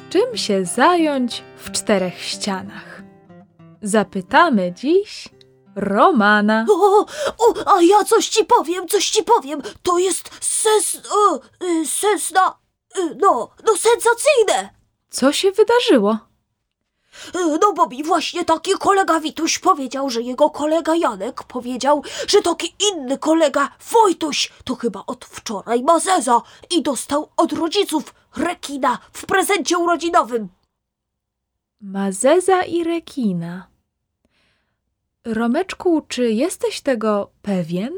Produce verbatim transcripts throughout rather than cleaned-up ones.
Czym się zająć w czterech ścianach? Zapytamy dziś Romana. O, o, a ja coś ci powiem, coś ci powiem. To jest sens... O, y, sensna... Y, no, no sensacyjne. Co się wydarzyło? Y, no bo mi właśnie taki kolega Wituś powiedział, że jego kolega Janek powiedział, że taki inny kolega Wojtuś to chyba od wczoraj ma zeza i dostał od rodziców rekina w prezencie urodzinowym. Mazeza i rekina. Romeczku, czy jesteś tego pewien?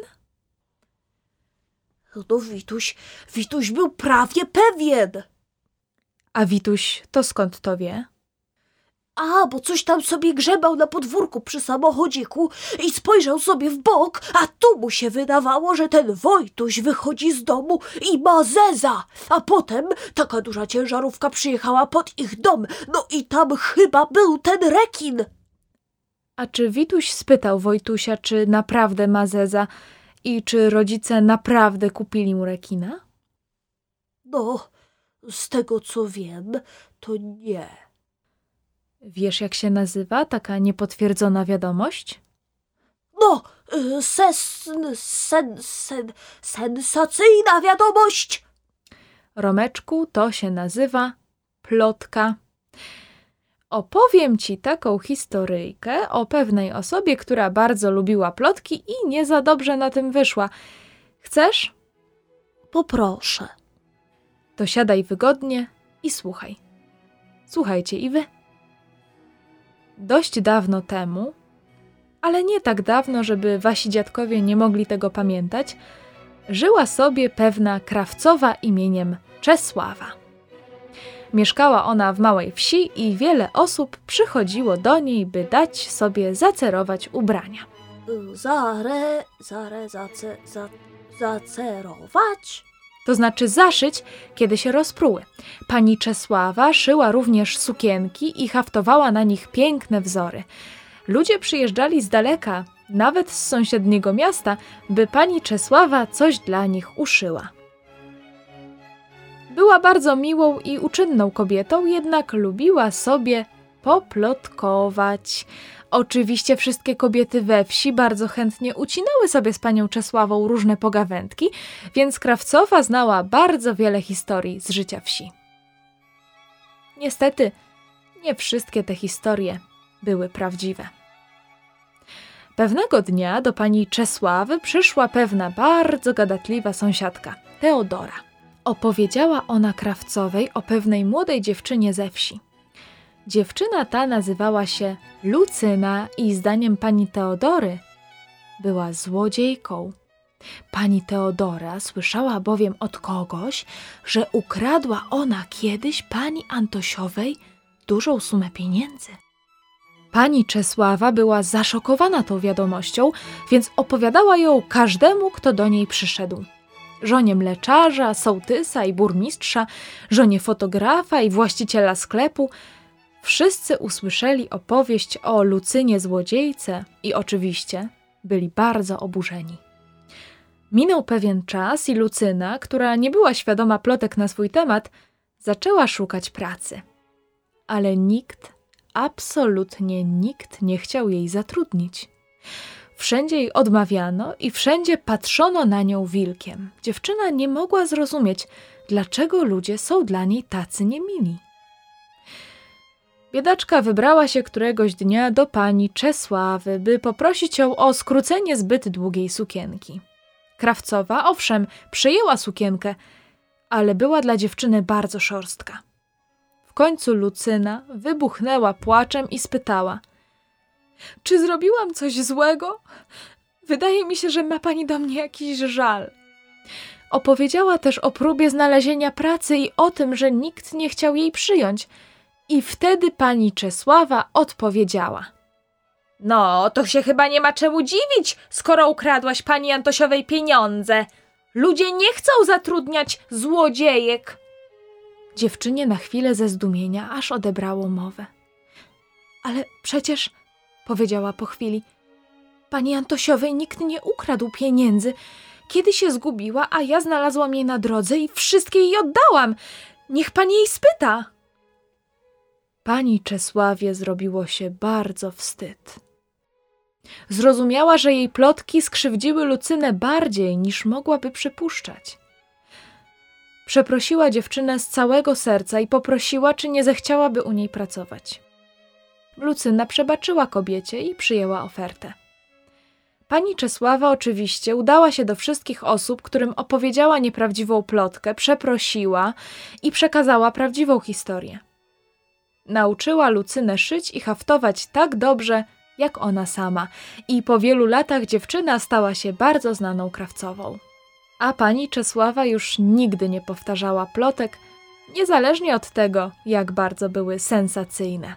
No Wituś, Wituś był prawie pewien. A Wituś to skąd to wie? A, bo coś tam sobie grzebał na podwórku przy samochodziku i spojrzał sobie w bok, a tu mu się wydawało, że ten Wojtuś wychodzi z domu i ma zeza. A potem taka duża ciężarówka przyjechała pod ich dom, no i tam chyba był ten rekin. A czy Wituś spytał Wojtusia, czy naprawdę ma zeza i czy rodzice naprawdę kupili mu rekina? No, z tego co wiem, to nie. Wiesz, jak się nazywa taka niepotwierdzona wiadomość? No, y, ses, sen, sen, sensacyjna wiadomość. Romeczku, to się nazywa plotka. Opowiem ci taką historyjkę o pewnej osobie, która bardzo lubiła plotki i nie za dobrze na tym wyszła. Chcesz? Poproszę. To siadaj wygodnie i słuchaj. Słuchajcie i wy. Dość dawno temu, ale nie tak dawno, żeby wasi dziadkowie nie mogli tego pamiętać, żyła sobie pewna krawcowa imieniem Czesława. Mieszkała ona w małej wsi i wiele osób przychodziło do niej, by dać sobie zacerować ubrania. Zare, zare, zace, za, zacerować? To znaczy zaszyć, kiedy się rozpruły. Pani Czesława szyła również sukienki i haftowała na nich piękne wzory. Ludzie przyjeżdżali z daleka, nawet z sąsiedniego miasta, by pani Czesława coś dla nich uszyła. Była bardzo miłą i uczynną kobietą, jednak lubiła sobie poplotkować. Oczywiście wszystkie kobiety we wsi bardzo chętnie ucinały sobie z panią Czesławą różne pogawędki, więc krawcowa znała bardzo wiele historii z życia wsi. Niestety, nie wszystkie te historie były prawdziwe. Pewnego dnia do pani Czesławy przyszła pewna bardzo gadatliwa sąsiadka, Teodora. Opowiedziała ona krawcowej o pewnej młodej dziewczynie ze wsi. Dziewczyna ta nazywała się Lucyna i zdaniem pani Teodory była złodziejką. Pani Teodora słyszała bowiem od kogoś, że ukradła ona kiedyś pani Antosiowej dużą sumę pieniędzy. Pani Czesława była zaszokowana tą wiadomością, więc opowiadała ją każdemu, kto do niej przyszedł. Żonie mleczarza, sołtysa i burmistrza, żonie fotografa i właściciela sklepu. Wszyscy usłyszeli opowieść o Lucynie złodziejce i oczywiście byli bardzo oburzeni. Minął pewien czas i Lucyna, która nie była świadoma plotek na swój temat, zaczęła szukać pracy. Ale nikt, absolutnie nikt nie chciał jej zatrudnić. Wszędzie jej odmawiano i wszędzie patrzono na nią wilkiem. Dziewczyna nie mogła zrozumieć, dlaczego ludzie są dla niej tacy niemili. Biedaczka wybrała się któregoś dnia do pani Czesławy, by poprosić ją o skrócenie zbyt długiej sukienki. Krawcowa, owszem, przyjęła sukienkę, ale była dla dziewczyny bardzo szorstka. W końcu Lucyna wybuchnęła płaczem i spytała: czy zrobiłam coś złego? Wydaje mi się, że ma pani do mnie jakiś żal. Opowiedziała też o próbie znalezienia pracy i o tym, że nikt nie chciał jej przyjąć. I wtedy pani Czesława odpowiedziała: no, to się chyba nie ma czemu dziwić, skoro ukradłaś pani Antosiowej pieniądze. Ludzie nie chcą zatrudniać złodziejek. Dziewczynie na chwilę ze zdumienia aż odebrało mowę. Ale przecież, powiedziała po chwili, pani Antosiowej nikt nie ukradł pieniędzy. Kiedy się zgubiła, a ja znalazłam jej na drodze i wszystkie jej oddałam. Niech pani jej spyta. Pani Czesławie zrobiło się bardzo wstyd. Zrozumiała, że jej plotki skrzywdziły Lucynę bardziej, niż mogłaby przypuszczać. Przeprosiła dziewczynę z całego serca i poprosiła, czy nie zechciałaby u niej pracować. Lucyna przebaczyła kobiecie i przyjęła ofertę. Pani Czesława oczywiście udała się do wszystkich osób, którym opowiedziała nieprawdziwą plotkę, przeprosiła i przekazała prawdziwą historię. Nauczyła Lucynę szyć i haftować tak dobrze, jak ona sama, i po wielu latach dziewczyna stała się bardzo znaną krawcową. A pani Czesława już nigdy nie powtarzała plotek, niezależnie od tego, jak bardzo były sensacyjne.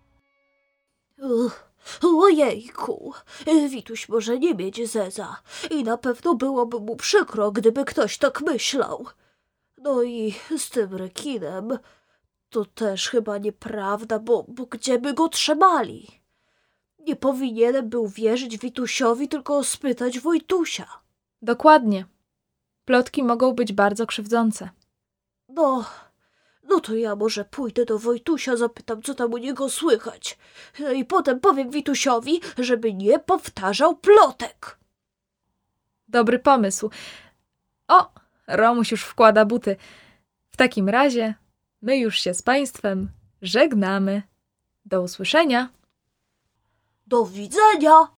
Uch, ojejku, Wituś może nie mieć zeza i na pewno byłoby mu przykro, gdyby ktoś tak myślał. No i z tym rekinem to też chyba nieprawda, bo, bo gdzie by go trzymali? Nie powinienem był wierzyć Witusiowi, tylko spytać Wojtusia. Dokładnie. Plotki mogą być bardzo krzywdzące. No, no to ja może pójdę do Wojtusia, zapytam, co tam u niego słychać. I potem powiem Witusiowi, żeby nie powtarzał plotek. Dobry pomysł. O, Romuś już wkłada buty. W takim razie my już się z państwem żegnamy. Do usłyszenia. Do widzenia.